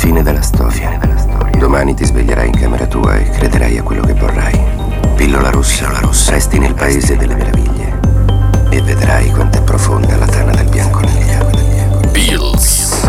Fine della storia. Domani ti sveglierai in camera tua e crederai a quello che vorrai. Pillola rossa. Resti nel paese delle meraviglie e vedrai quanto è profonda la tana del bianconiglio. Pills.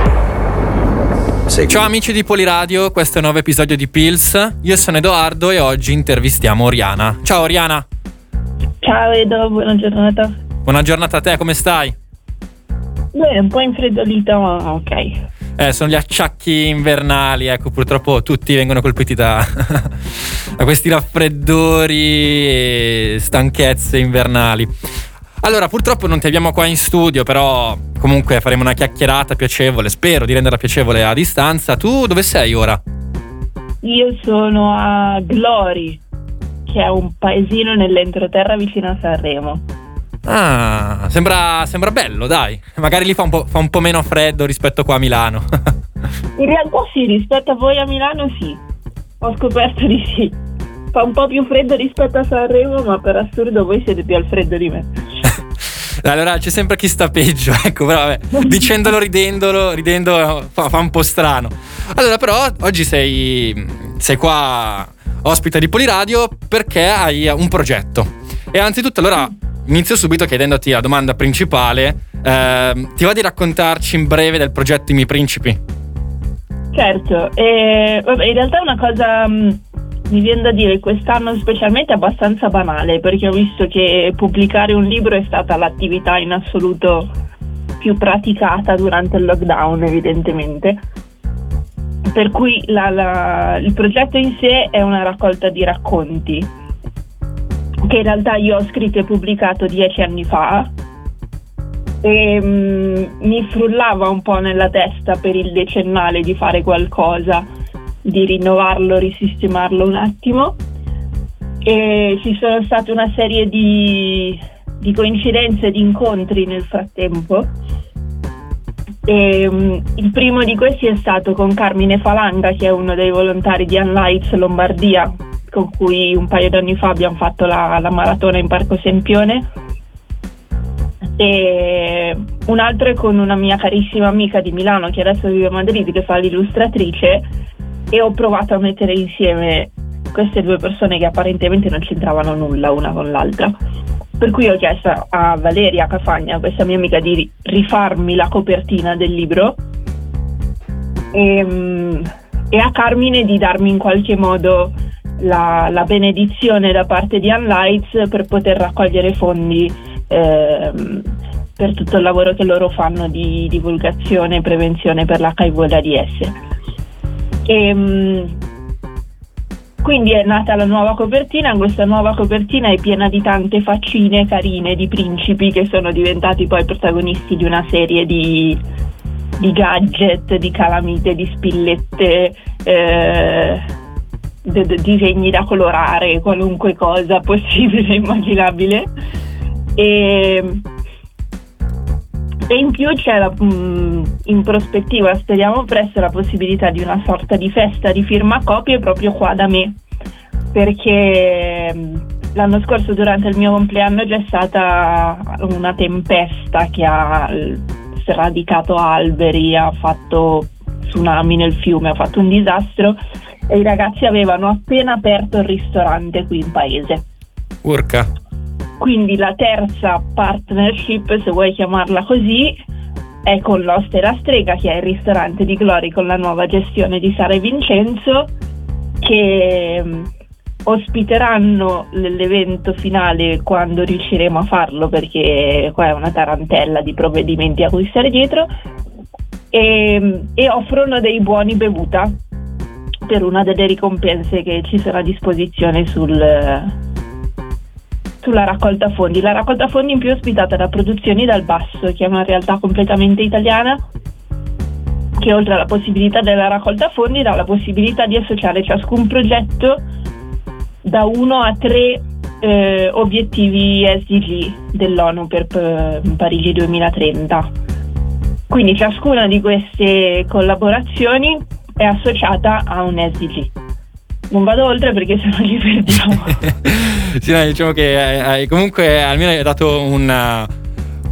Ciao amici di Poliradio, questo è un nuovo episodio di Pills. Io sono Edoardo e oggi intervistiamo Oriana. Ciao Oriana. Ciao Edo, buona giornata. Buona giornata a te, come stai? Beh, un po' infreddolita, ma ok. Sono gli acciacchi invernali, ecco, purtroppo tutti vengono colpiti da questi raffreddori e stanchezze invernali. Allora, purtroppo non ti abbiamo qua in studio, però comunque faremo una chiacchierata piacevole, spero di renderla piacevole a distanza. Tu dove sei ora? Io sono a Glori, che è un paesino nell'entroterra vicino a Sanremo. Ah, sembra bello, dai. Magari lì fa un po' meno freddo rispetto qua a Milano. In realtà sì, rispetto a voi a Milano sì. Ho scoperto di sì. Fa un po' più freddo rispetto a Sanremo, ma per assurdo voi siete più al freddo di me. Allora c'è sempre chi sta peggio, ecco, però vabbè, dicendolo ridendo fa un po' strano. Allora però oggi sei qua ospite di Poliradio perché hai un progetto. E anzitutto allora inizio subito chiedendoti la domanda principale. Ti va di raccontarci in breve del progetto I miei principi? Certo, vabbè, in realtà è una cosa, mi viene da dire, quest'anno specialmente abbastanza banale, perché ho visto che pubblicare un libro è stata l'attività in assoluto più praticata durante il lockdown, evidentemente. Per cui il progetto in sé è una raccolta di racconti che in realtà io ho scritto e pubblicato 10 anni fa e mi frullava un po' nella testa per il decennale di fare qualcosa, di rinnovarlo, risistemarlo un attimo, e ci sono state una serie di coincidenze, di incontri nel frattempo. E il primo di questi è stato con Carmine Falanga, che è uno dei volontari di Unlights Lombardia, con cui un paio d'anni fa abbiamo fatto la maratona in Parco Sempione, e un altro è con una mia carissima amica di Milano che adesso vive a Madrid, che fa l'illustratrice, e ho provato a mettere insieme queste due persone che apparentemente non c'entravano nulla una con l'altra, per cui ho chiesto a Valeria Cafagna, questa mia amica, di rifarmi la copertina del libro e a Carmine di darmi in qualche modo la benedizione da parte di Unlights per poter raccogliere fondi per tutto il lavoro che loro fanno di divulgazione e prevenzione per l'HIV e l'AIDS. Quindi è nata la nuova copertina. Questa nuova copertina è piena di tante faccine carine di principi che sono diventati poi protagonisti di una serie di gadget, di calamite, di spillette, disegni da colorare, qualunque cosa possibile e immaginabile, e in più c'è in prospettiva, speriamo presto, la possibilità di una sorta di festa di firma copie proprio qua da me, perché l'anno scorso durante il mio compleanno c'è stata una tempesta che ha sradicato alberi, ha fatto tsunami nel fiume, ha fatto un disastro, e i ragazzi avevano appena aperto il ristorante qui in paese. Urca. Quindi la terza partnership, se vuoi chiamarla così, è con l'Oste e la Strega, che è il ristorante di Glori con la nuova gestione di Sara e Vincenzo, che ospiteranno l'evento finale quando riusciremo a farlo, perché qua è una tarantella di provvedimenti a cui stare dietro, e offrono dei buoni bevuta per una delle ricompense che ci sono a disposizione sulla raccolta fondi. La raccolta fondi in più è ospitata da Produzioni dal Basso, che è una realtà completamente italiana, che oltre alla possibilità della raccolta fondi dà la possibilità di associare ciascun progetto da 1 a 3 obiettivi SDG dell'ONU per Parigi 2030. Quindi ciascuna di queste collaborazioni è associata a un SDG. Non vado oltre perché sennò ci perdiamo. Sì, no, diciamo che comunque almeno hai dato un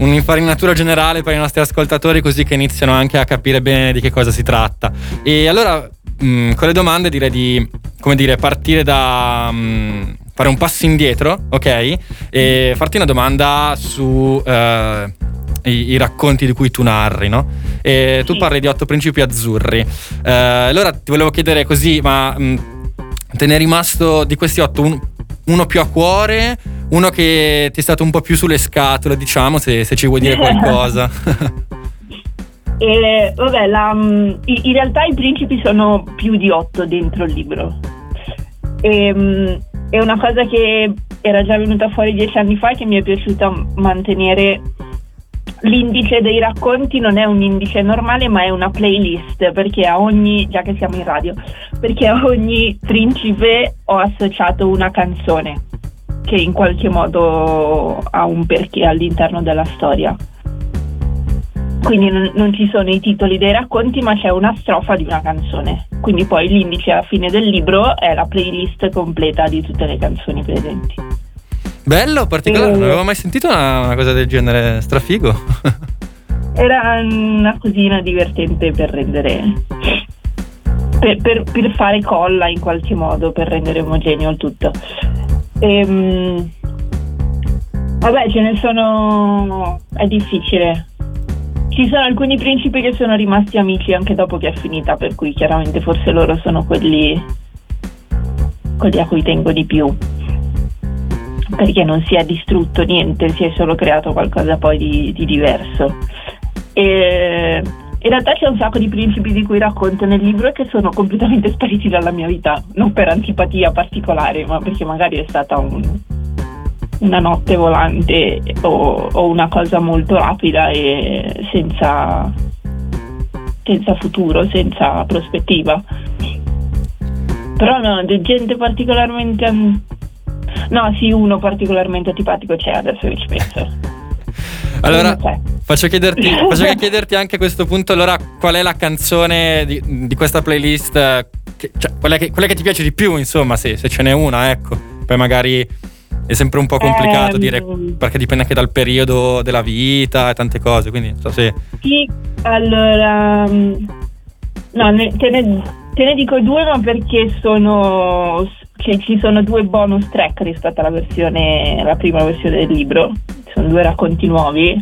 un'infarinatura generale per i nostri ascoltatori, così che iniziano anche a capire bene di che cosa si tratta. E allora con le domande direi di, come dire, partire da fare un passo indietro, ok? E farti una domanda su i racconti di cui tu narri, no? E tu parli di 8 principi azzurri. Allora ti volevo chiedere così, ma te ne è rimasto di questi 8 uno più a cuore, uno che ti è stato un po' più sulle scatole, diciamo, se ci vuoi dire qualcosa? Vabbè, in realtà i principi sono più di 8 dentro il libro. È una cosa che era già venuta fuori 10 anni fa e che mi è piaciuta mantenere. L'indice dei racconti non è un indice normale, ma è una playlist, perché a ogni, già che siamo in radio, perché a ogni principe ho associato una canzone che in qualche modo ha un perché all'interno della storia. Quindi non ci sono i titoli dei racconti, ma c'è una strofa di una canzone. Quindi poi l'indice alla fine del libro è la playlist completa di tutte le canzoni presenti. Bello, particolare, non avevo mai sentito una cosa del genere, strafigo. Era una cosina divertente per rendere, per fare colla in qualche modo, per rendere omogeneo il tutto. Vabbè, ce ne sono, è difficile. Ci sono alcuni principi che sono rimasti amici anche dopo che è finita, per cui chiaramente forse loro sono quelli a cui tengo di più, perché non si è distrutto niente, si è solo creato qualcosa poi di diverso. E in realtà c'è un sacco di principi di cui racconto nel libro che sono completamente spariti dalla mia vita, non per antipatia particolare, ma perché magari è stata una notte volante o una cosa molto rapida e senza futuro, senza prospettiva. Però no, di gente particolarmente... No, sì, uno particolarmente antipatico c'è, adesso che ci penso. Allora, faccio chiederti anche a questo punto, allora, qual è la canzone di questa playlist, quella che ti piace di più, insomma, se ce n'è una, ecco. Poi magari è sempre un po' complicato dire, perché dipende anche dal periodo della vita e tante cose, quindi non so se... Sì, allora... No, te ne dico 2, ma perché ci sono 2 bonus track rispetto alla prima versione del libro. Sono 2 racconti nuovi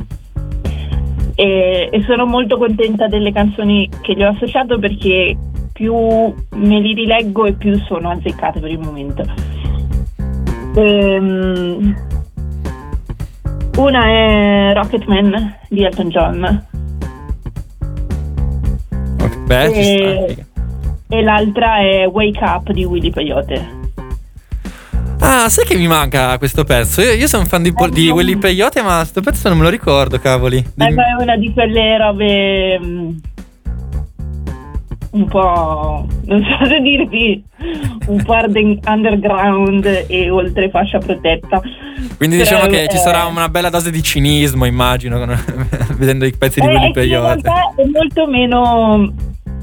e sono molto contenta delle canzoni che gli ho associato, perché più me li rileggo e più sono azzeccate per il momento. Una è Rocketman di Elton John. E l'altra è Wake Up di Willy Peyote. Ah, sai che mi manca questo pezzo? Io sono fan di Willy Peyote, ma questo pezzo non me lo ricordo, cavoli. È una di quelle robe un po', non so se dirti, un po' underground e oltre fascia protetta. Quindi diciamo che ci sarà una bella dose di cinismo, immagino, vedendo i pezzi di Willy Peyote. In realtà è molto meno...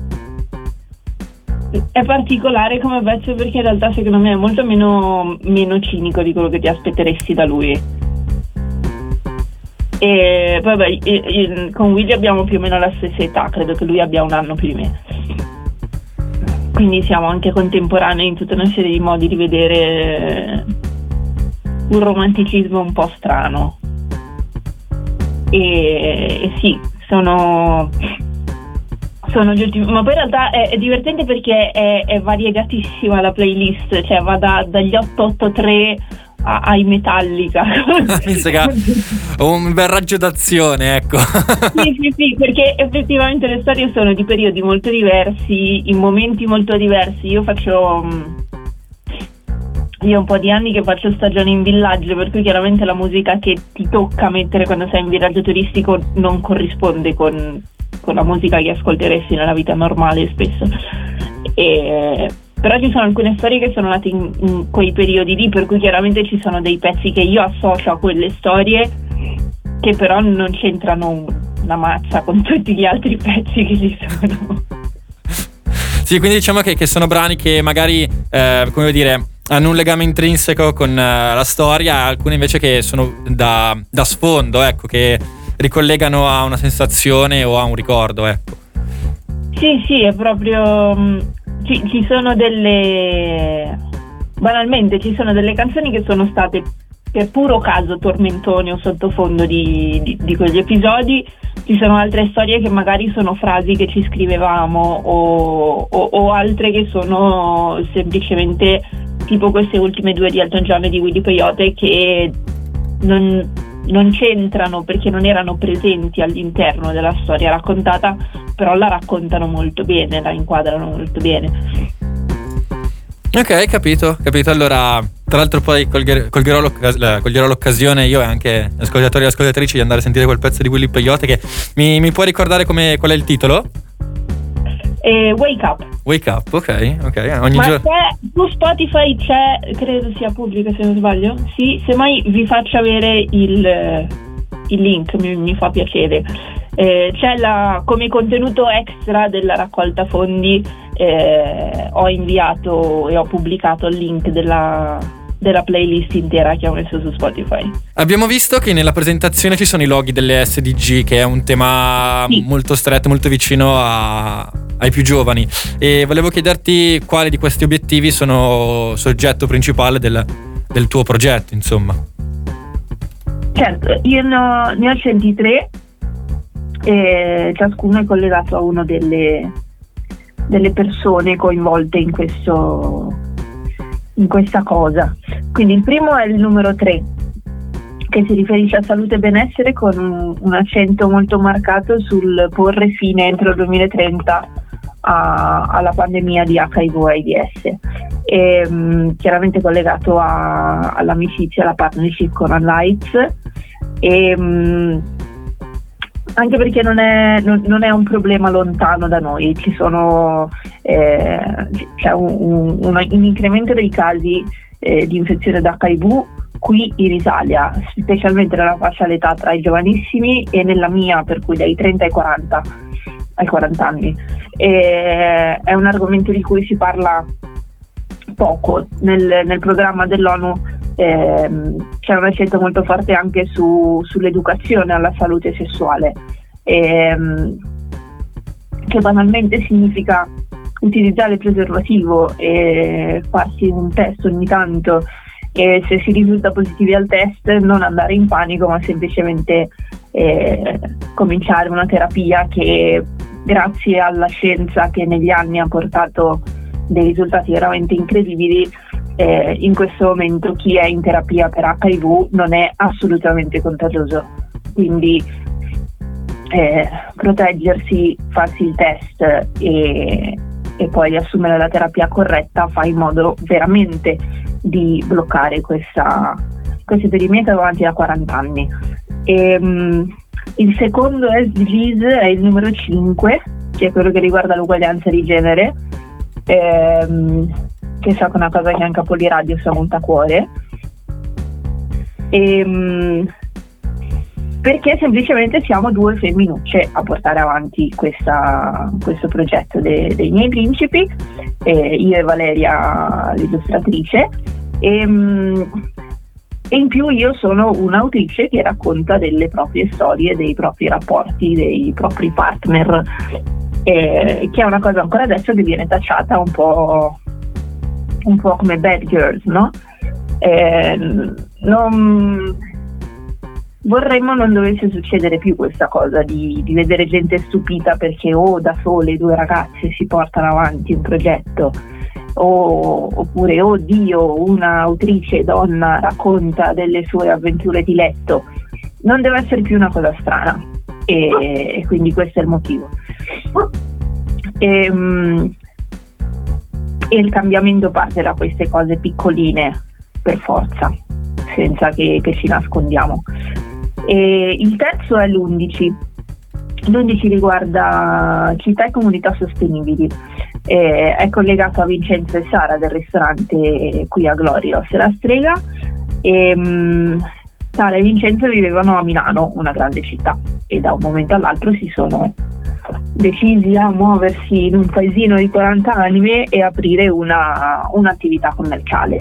È particolare come pezzo, perché in realtà secondo me è molto meno cinico di quello che ti aspetteresti da lui. E vabbè, con Willy abbiamo più o meno la stessa età, credo che lui abbia un anno più di me, quindi siamo anche contemporanei in tutta una serie di modi di vedere un romanticismo un po' strano. E sì, sono giusti, ma poi in realtà è divertente perché è variegatissima la playlist, cioè va dagli 883 ai Metallica. Penso che un bel raggio d'azione, ecco. Sì, perché effettivamente le storie sono di periodi molto diversi, in momenti molto diversi. Io un po' di anni che faccio stagione in villaggio, per cui chiaramente la musica che ti tocca mettere quando sei in villaggio turistico non corrisponde con la musica che ascolteresti nella vita normale spesso. Però ci sono alcune storie che sono nate in quei periodi lì, per cui chiaramente ci sono dei pezzi che io associo a quelle storie che però non c'entrano una mazza con tutti gli altri pezzi che ci sono. Sì, quindi diciamo che sono brani che magari, come dire, hanno un legame intrinseco con la storia, alcune invece che sono da sfondo, ecco, che ricollegano a una sensazione o a un ricordo, ecco. Sì, è proprio... ci sono banalmente ci sono delle canzoni che sono state per puro caso tormentoni o sottofondo di quegli episodi. Ci sono altre storie che magari sono frasi che ci scrivevamo o altre che sono semplicemente tipo queste ultime due di Elton John e di Willy Peyote, che non c'entrano perché non erano presenti all'interno della storia raccontata, però la raccontano molto bene, la inquadrano molto bene. Ok, capito. Allora, tra l'altro poi coglierò l'occasione io e anche gli ascoltatori e ascoltatrici di andare a sentire quel pezzo di Willy Peyote, che mi puoi ricordare qual è il titolo? Wake Up. Wake Up, ok. Ma su Spotify c'è, credo sia pubblico se non sbaglio. Sì, semmai vi faccio avere il link, mi fa piacere. C'è come contenuto extra della raccolta fondi, ho inviato e ho pubblicato il link della playlist intera che ho messo su Spotify. Abbiamo visto che nella presentazione ci sono i loghi delle SDG, che è un tema molto stretto, molto vicino ai più giovani, e volevo chiederti quali di questi obiettivi sono soggetto principale del tuo progetto, insomma. Certo, io ne ho scelti 3 e ciascuno è collegato a uno delle persone coinvolte in questa cosa. Quindi il primo è il numero 3, che si riferisce a salute e benessere, con un accento molto marcato sul porre fine entro il 2030 alla pandemia di HIV/AIDS, e chiaramente collegato all'amicizia, alla partnership con Unlights, e anche perché non è un problema lontano da noi. Ci sono c'è un incremento dei casi di infezione da HIV qui in Italia, specialmente nella fascia d'età tra i giovanissimi e nella mia, per cui dai 30 ai 40 anni. È un argomento di cui si parla poco nel programma dell'ONU. C'è una scelta molto forte anche sull'educazione alla salute sessuale, che banalmente significa utilizzare il preservativo e farsi un test ogni tanto, e se si risulta positivi al test non andare in panico, ma semplicemente cominciare una terapia che, grazie alla scienza che negli anni ha portato dei risultati veramente incredibili, in questo momento chi è in terapia per HIV non è assolutamente contagioso. Quindi proteggersi, farsi il test e poi assumere la terapia corretta fa in modo veramente di bloccare questa epidemia che va avanti da 40 anni. Il secondo SDGs è il numero 5, che è quello che riguarda l'uguaglianza di genere, che so che è una cosa che anche a Poliradio sta molto a cuore, perché semplicemente siamo 2 femminucce a portare avanti questo progetto dei miei principi, io e Valeria l'illustratrice, e in più io sono un'autrice che racconta delle proprie storie, dei propri rapporti, dei propri partner, che è una cosa ancora adesso che viene tacciata un po' come bad girls, no? Vorremmo non dovesse succedere più questa cosa di vedere gente stupita perché da sole 2 ragazze si portano avanti un progetto, oppure Dio, un'autrice donna racconta delle sue avventure di letto. Non deve essere più una cosa strana, e quindi questo è il motivo. E il cambiamento parte da queste cose piccoline, per forza, senza che ci nascondiamo. E il terzo è l'11. L'11 riguarda città e comunità sostenibili. È collegato a Vincenzo e Sara del ristorante qui a Glorios La Strega. Sara e Vincenzo vivevano a Milano, una grande città, e da un momento all'altro si sono decisi a muoversi in un paesino di 40 anime e aprire un'attività commerciale.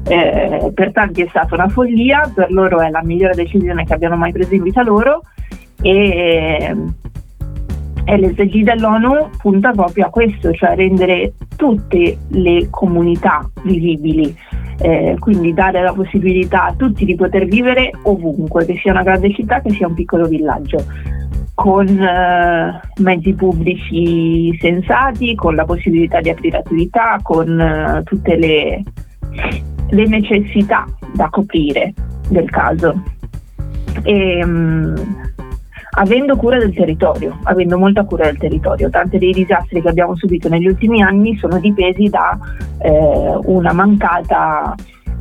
Per tanti è stata una follia, per loro è la migliore decisione che abbiano mai preso in vita loro, e l'SDG dell'ONU punta proprio a questo, cioè a rendere tutte le comunità vivibili, quindi dare la possibilità a tutti di poter vivere ovunque, che sia una grande città, che sia un piccolo villaggio, con mezzi pubblici sensati, con la possibilità di aprire attività, con tutte le necessità da coprire del caso. E, avendo cura del territorio, avendo molta cura del territorio. Tanti dei disastri che abbiamo subito negli ultimi anni sono dipesi da una mancata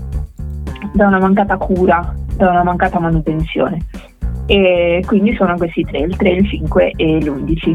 cura, da una mancata manutenzione. E quindi sono questi tre, il 3, il 5 e l'11,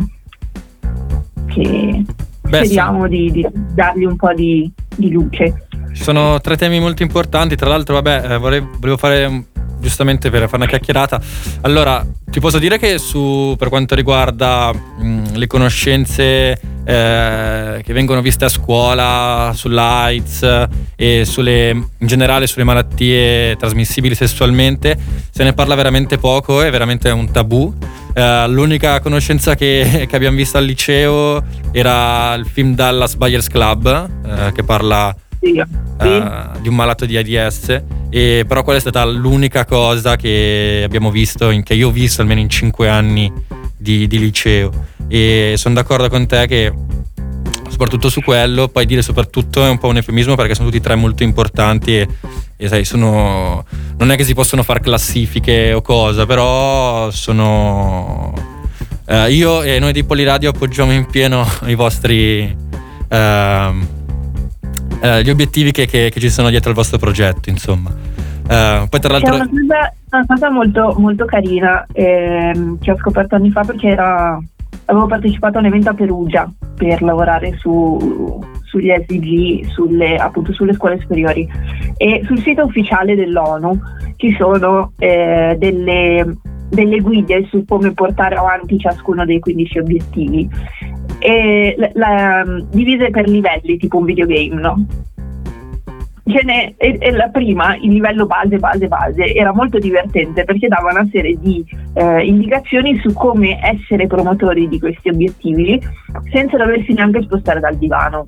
che speriamo di dargli un po' di luce. Sono 3 temi molto importanti, tra l'altro volevo fare giustamente per fare una chiacchierata. Allora, ti posso dire che per quanto riguarda le conoscenze che vengono viste a scuola sull'AIDS e in generale sulle malattie trasmissibili sessualmente, se ne parla veramente poco, è veramente un tabù. L'unica conoscenza che abbiamo visto al liceo era il film Dallas Buyers Club, che parla di un malato di AIDS, e però quella è stata l'unica cosa che abbiamo visto, che io ho visto almeno in 5 anni di liceo, e sono d'accordo con te che soprattutto su quello, poi dire soprattutto è un po' un eufemismo perché sono tutti 3 molto importanti e sai, non è che si possono fare classifiche o cosa, però sono io e noi di Poliradio appoggiamo in pieno i vostri gli obiettivi che ci sono dietro al vostro progetto, insomma. Poi tra l'altro c'è una cosa molto, molto carina che ho scoperto anni fa, perché avevo partecipato a un evento a Perugia per lavorare sugli SDG, sulle scuole superiori, e sul sito ufficiale dell'ONU ci sono delle guide su come portare avanti ciascuno dei 15 obiettivi, e divise per livelli, tipo un videogame, no? E la prima, il livello base, era molto divertente perché dava una serie di indicazioni su come essere promotori di questi obiettivi senza doversi neanche spostare dal divano.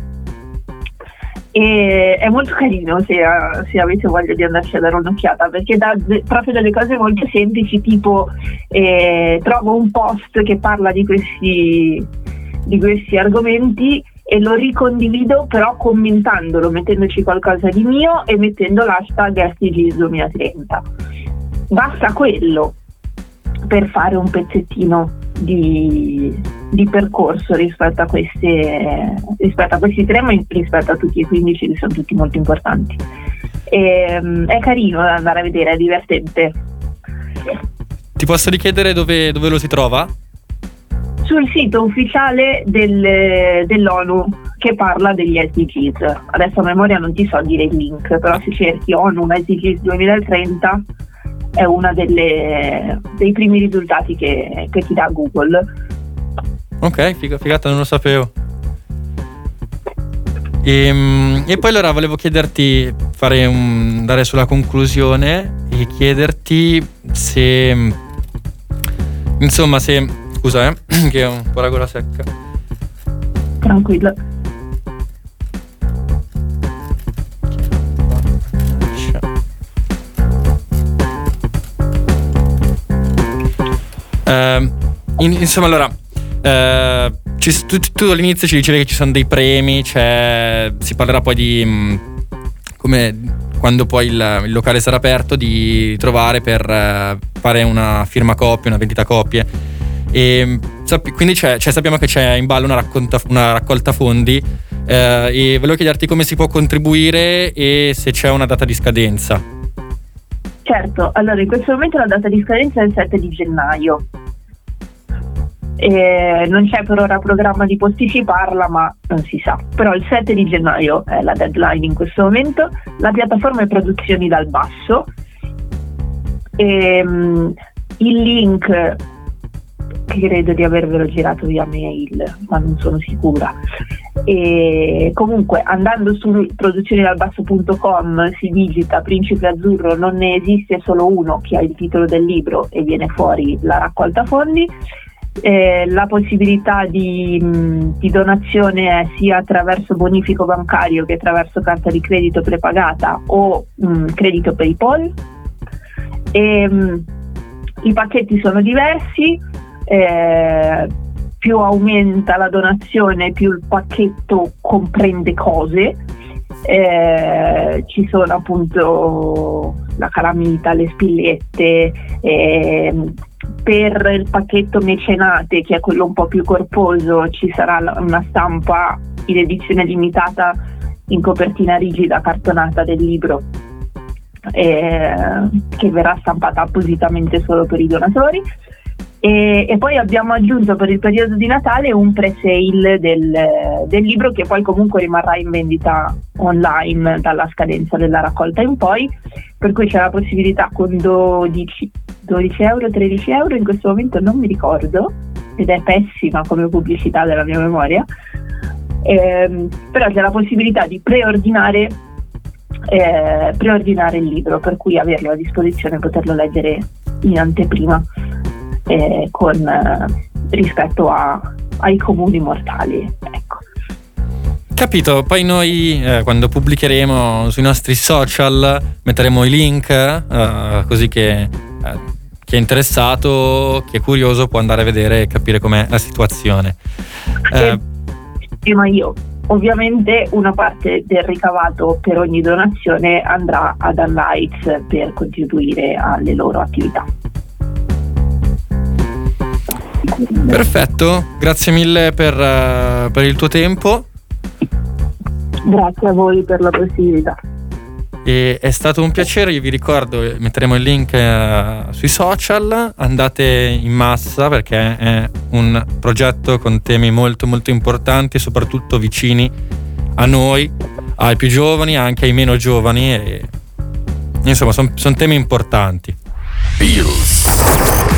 E è molto carino se avete voglia di andarci a dare un'occhiata, perché dà proprio delle cose molto semplici, tipo trovo un post che parla di questi argomenti e lo ricondivido, però commentandolo, mettendoci qualcosa di mio e mettendo l'hashtag SDGs 2030. Basta quello per fare un pezzettino di percorso rispetto a questi 3, ma rispetto a tutti i 15, che sono tutti molto importanti. È carino da andare a vedere, è divertente. Ti posso richiedere dove lo si trova? Sul sito ufficiale dell'ONU che parla degli SDGs. Adesso a memoria non ti so dire il link, però se cerchi ONU SDGs 2030 è una dei primi risultati che ti dà Google. Ok, figata, non lo sapevo. E poi allora volevo chiederti, andare sulla conclusione e chiederti se scusa che ho un po' la gola secca. Tranquillo. Insomma, allora tu all'inizio ci dicevi che ci sono dei premi, si parlerà poi di come, quando poi il locale sarà aperto, di trovare per fare una firma copie, una vendita copie. E quindi sappiamo che c'è in ballo una raccolta fondi, e volevo chiederti come si può contribuire e se c'è una data di scadenza. Certo, allora in questo momento la data di scadenza è il 7 di gennaio. Non c'è per ora programma di posticiparla, ma non si sa. Però il 7 di gennaio è la deadline in questo momento. La piattaforma è Produzioni dal Basso. Il link credo di avervelo girato via mail, ma non sono sicura. E comunque, andando su produzionidalbasso.com, si digita Principe Azzurro, non ne esiste solo uno, che ha il titolo del libro, e viene fuori la raccolta fondi. La possibilità di donazione è sia attraverso bonifico bancario che attraverso carta di credito prepagata o credito PayPal. I pacchetti sono diversi, più aumenta la donazione più il pacchetto comprende cose. Ci sono appunto la calamita, le spillette, per il pacchetto mecenate, che è quello un po' più corposo, ci sarà una stampa in edizione limitata in copertina rigida cartonata del libro, che verrà stampata appositamente solo per i donatori. E poi abbiamo aggiunto per il periodo di Natale un pre-sale del libro, che poi comunque rimarrà in vendita online dalla scadenza della raccolta in poi, per cui c'è la possibilità con 12 euro, 13 euro, in questo momento non mi ricordo, ed è pessima come pubblicità della mia memoria, però c'è la possibilità di preordinare il libro, per cui averlo a disposizione e poterlo leggere in anteprima, rispetto ai comuni mortali, ecco. Capito, poi noi quando pubblicheremo sui nostri social metteremo i link, così che chi è interessato, chi è curioso può andare a vedere e capire com'è la situazione. Ma io ovviamente una parte del ricavato per ogni donazione andrà ad Unlights per contribuire alle loro attività. Perfetto, grazie mille per il tuo tempo. Grazie a voi per la possibilità. E è stato un piacere, io vi ricordo, metteremo il link sui social, andate in massa perché è un progetto con temi molto molto importanti e soprattutto vicini a noi, ai più giovani, anche ai meno giovani, e insomma sono temi importanti. Pills.